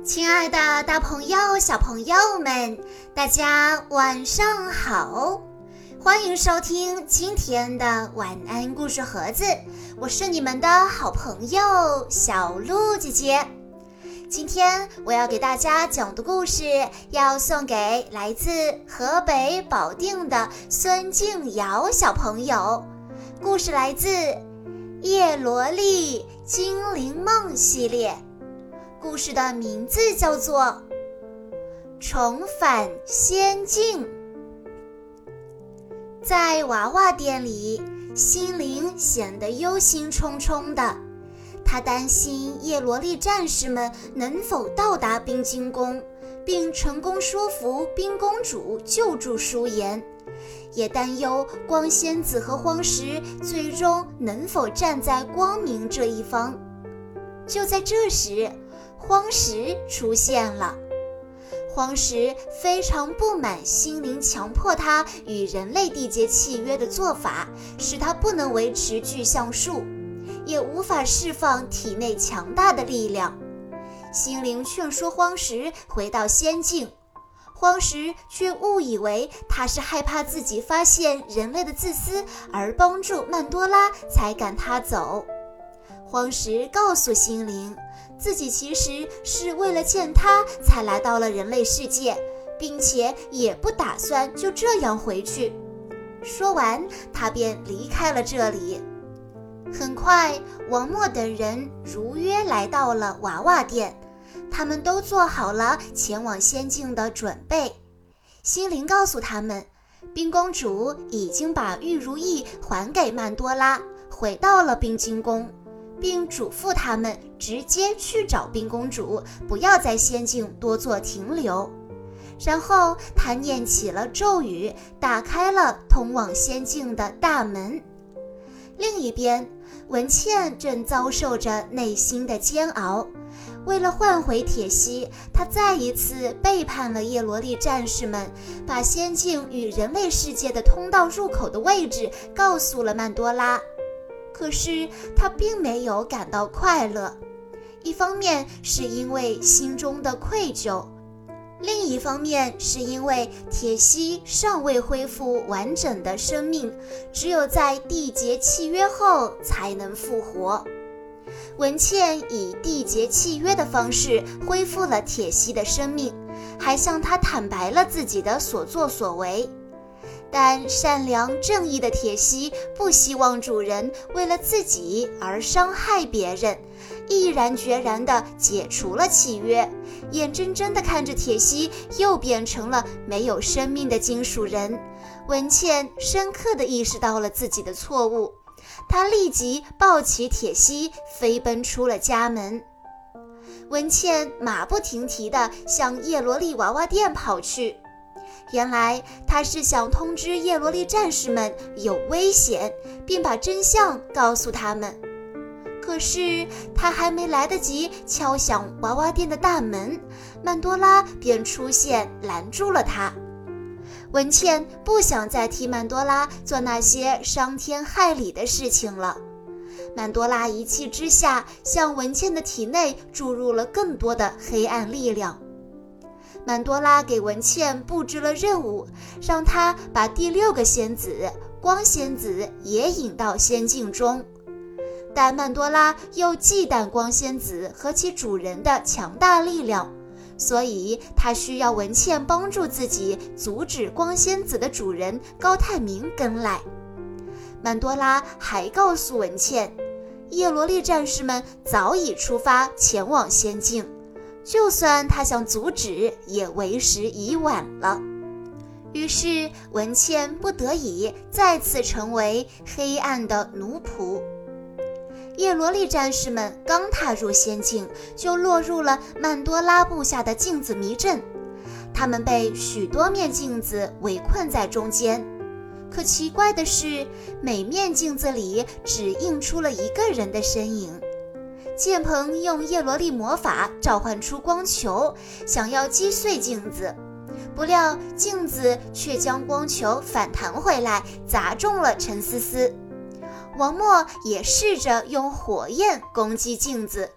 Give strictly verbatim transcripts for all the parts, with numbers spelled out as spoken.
亲爱的大朋友小朋友们，大家晚上好，欢迎收听今天的晚安故事盒子，我是你们的好朋友小鹿姐姐。今天我要给大家讲的故事要送给来自河北保定的孙静瑶小朋友，故事来自叶罗丽精灵梦系列，故事的名字叫做重返仙境。在娃娃店里，心灵显得忧心忡忡的，他担心叶罗丽战士们能否到达冰晶宫，并成功说服冰公主救助舒颜，也担忧光仙子和荒石最终能否站在光明这一方。就在这时，荒石出现了。荒石非常不满心灵强迫他与人类缔结契约的做法，使他不能维持具象术，也无法释放体内强大的力量。心灵劝说荒石回到仙境，荒石却误以为他是害怕自己发现人类的自私而帮助曼多拉才赶他走。荒石告诉心灵，自己其实是为了见他才来到了人类世界，并且也不打算就这样回去。说完，他便离开了这里。很快，王默等人如约来到了娃娃店，他们都做好了前往仙境的准备。心灵告诉他们，冰公主已经把玉如意还给曼多拉，回到了冰晶宫，并嘱咐他们直接去找冰公主，不要在仙境多做停留。然后他念起了咒语，打开了通往仙境的大门。另一边，文茜正遭受着内心的煎熬。为了换回铁西，他再一次背叛了叶罗丽战士们，把仙境与人类世界的通道入口的位置告诉了曼多拉。可是他并没有感到快乐，一方面是因为心中的愧疚，另一方面是因为铁西尚未恢复完整的生命，只有在缔结契约后才能复活。文茜以缔结契约的方式恢复了铁西的生命，还向他坦白了自己的所作所为。但善良正义的铁西不希望主人为了自己而伤害别人，毅然决然地解除了契约，眼睁睁地看着铁西又变成了没有生命的金属人。文茜深刻地意识到了自己的错误，她立即抱起铁西飞奔出了家门。文茜马不停蹄地向叶罗丽娃娃店跑去，原来他是想通知叶罗丽战士们有危险，并把真相告诉他们。可是他还没来得及敲响娃娃店的大门，曼多拉便出现拦住了他。文茜不想再替曼多拉做那些伤天害理的事情了。曼多拉一气之下向文茜的体内注入了更多的黑暗力量。曼多拉给文茜布置了任务，让她把第六个仙子光仙子也引到仙境中。但曼多拉又忌惮光仙子和其主人的强大力量，所以她需要文茜帮助自己阻止光仙子的主人高泰明跟来。曼多拉还告诉文茜，叶罗丽战士们早已出发前往仙境，就算他想阻止，也为时已晚了。于是文茜不得已再次成为黑暗的奴仆。叶罗丽战士们刚踏入仙境，就落入了曼多拉布下的镜子迷阵。他们被许多面镜子围困在中间，可奇怪的是，每面镜子里只映出了一个人的身影。剑鹏用叶罗丽魔法召唤出光球，想要击碎镜子，不料镜子却将光球反弹回来，砸中了陈思思。王默也试着用火焰攻击镜子，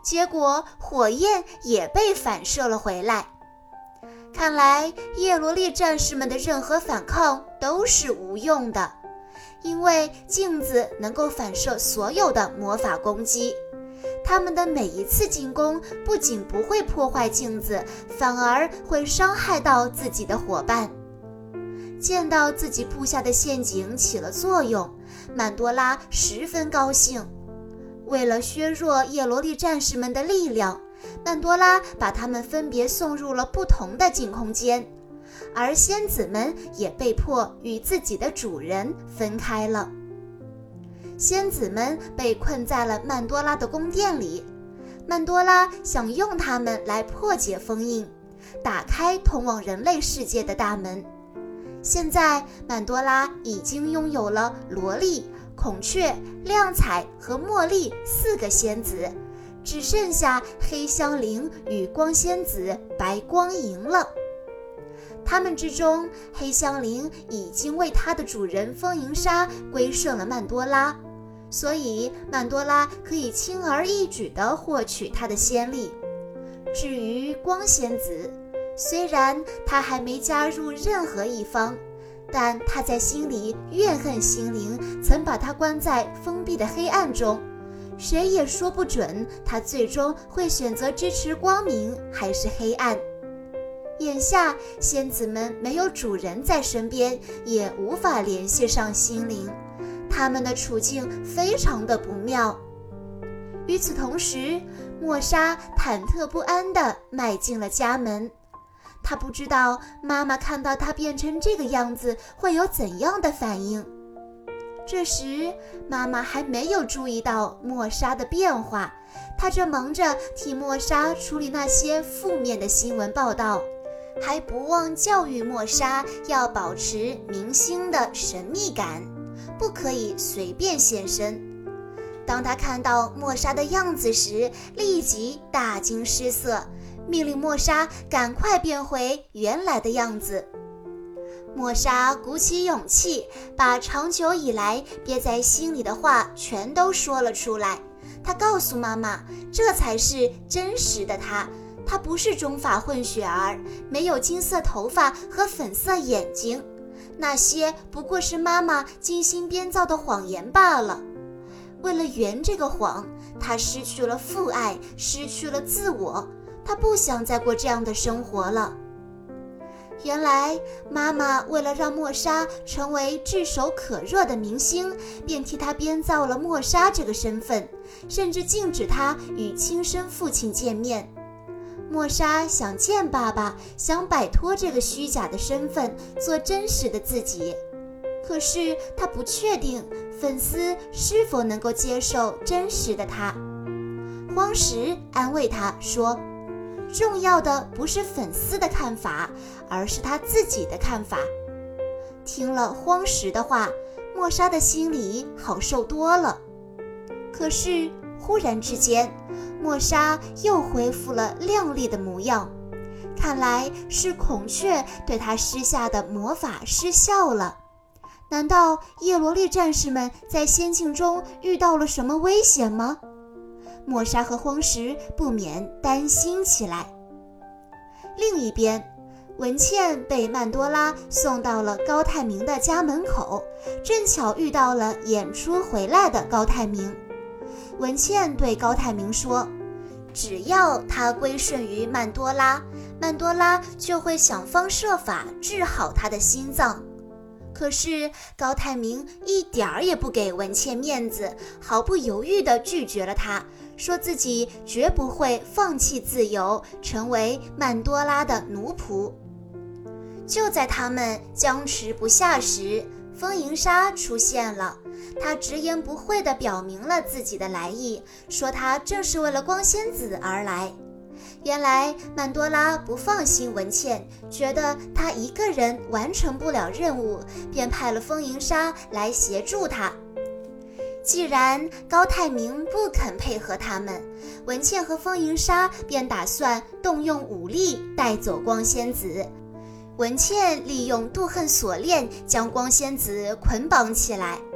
结果火焰也被反射了回来。看来叶罗丽战士们的任何反抗都是无用的，因为镜子能够反射所有的魔法攻击。他们的每一次进攻不仅不会破坏镜子，反而会伤害到自己的伙伴。见到自己布下的陷阱起了作用，曼多拉十分高兴。为了削弱叶罗丽战士们的力量，曼多拉把他们分别送入了不同的镜空间，而仙子们也被迫与自己的主人分开了。仙子们被困在了曼多拉的宫殿里，曼多拉想用它们来破解封印，打开通往人类世界的大门。现在曼多拉已经拥有了萝莉、孔雀、亮彩和茉莉四个仙子，只剩下黑香菱与光仙子白光莹了。他们之中，黑香菱已经为她的主人风银沙归顺了曼多拉，所以曼多拉可以轻而易举地获取她的仙力。至于光仙子，虽然她还没加入任何一方，但她在心里怨恨心灵曾把她关在封闭的黑暗中，谁也说不准她最终会选择支持光明还是黑暗。眼下仙子们没有主人在身边，也无法联系上心灵，他们的处境非常的不妙。与此同时，莫莎忐忑不安地迈进了家门，她不知道妈妈看到她变成这个样子会有怎样的反应。这时妈妈还没有注意到莫莎的变化，她正忙着替莫莎处理那些负面的新闻报道，还不忘教育莫莎要保持明星的神秘感，不可以随便现身。当她看到莫莎的样子时，立即大惊失色，命令莫莎赶快变回原来的样子。莫莎鼓起勇气，把长久以来憋在心里的话全都说了出来。她告诉妈妈，这才是真实的她，她不是中法混血儿，没有金色头发和粉色眼睛，那些不过是妈妈精心编造的谎言罢了。为了圆这个谎，她失去了父爱，失去了自我，她不想再过这样的生活了。原来妈妈为了让莫莎成为炙手可热的明星，便替她编造了莫莎这个身份，甚至禁止她与亲生父亲见面。莫莎想见爸爸，想摆脱这个虚假的身份，做真实的自己。可是她不确定粉丝是否能够接受真实的她。荒石安慰她说，重要的不是粉丝的看法，而是他自己的看法。听了荒石的话，莫莎的心里好受多了。可是忽然之间，莫莎又恢复了靓丽的模样，看来是孔雀对她施下的魔法失效了。难道叶罗丽战士们在仙境中遇到了什么危险吗？莫莎和荒石不免担心起来。另一边，文茜被曼多拉送到了高泰明的家门口，正巧遇到了演出回来的高泰明。文茜对高泰明说，只要他归顺于曼多拉，曼多拉就会想方设法治好他的心脏。可是高泰明一点儿也不给文茜面子，毫不犹豫地拒绝了他，说自己绝不会放弃自由，成为曼多拉的奴仆。就在他们僵持不下时，风银沙出现了，他直言不讳地表明了自己的来意，说他正是为了光仙子而来。原来曼多拉不放心文茜，觉得她一个人完成不了任务，便派了风银沙来协助她。既然高泰明不肯配合他们，文茜和风银沙便打算动用武力带走光仙子。文茜利用妒恨锁链将光仙子捆绑起来，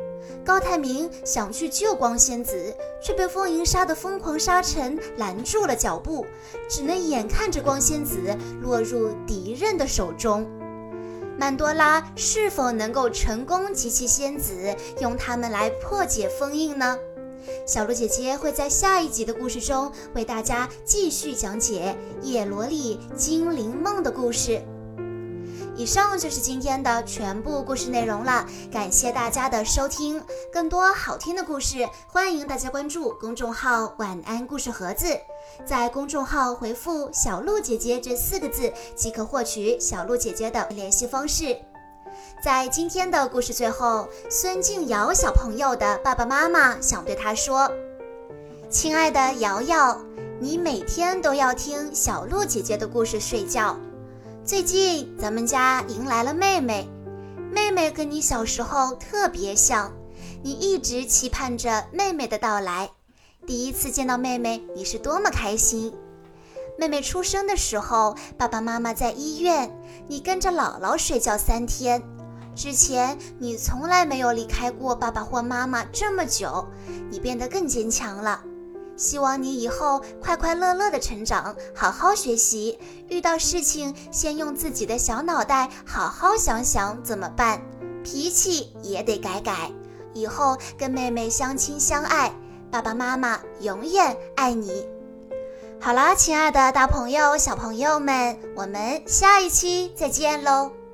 高泰明想去救光仙子，却被风银沙的疯狂沙尘拦住了脚步，只能眼看着光仙子落入敌人的手中。曼多拉是否能够成功集齐仙子，用它们来破解封印呢？小鹿姐姐会在下一集的故事中为大家继续讲解叶罗丽精灵梦的故事。以上就是今天的全部故事内容了，感谢大家的收听。更多好听的故事，欢迎大家关注公众号晚安故事盒子，在公众号回复小鹿姐姐这四个字即可获取小鹿姐姐的联系方式。在今天的故事最后，孙静瑶小朋友的爸爸妈妈想对她说，亲爱的瑶瑶，你每天都要听小鹿姐姐的故事睡觉。最近咱们家迎来了妹妹，妹妹跟你小时候特别像，你一直期盼着妹妹的到来。第一次见到妹妹，你是多么开心。妹妹出生的时候，爸爸妈妈在医院，你跟着姥姥睡觉三天。之前你从来没有离开过爸爸或妈妈这么久，你变得更坚强了。希望你以后快快乐乐的成长，好好学习，遇到事情先用自己的小脑袋好好想想怎么办，脾气也得改改，以后跟妹妹相亲相爱，爸爸妈妈永远爱你。好啦，亲爱的大朋友小朋友们，我们下一期再见喽。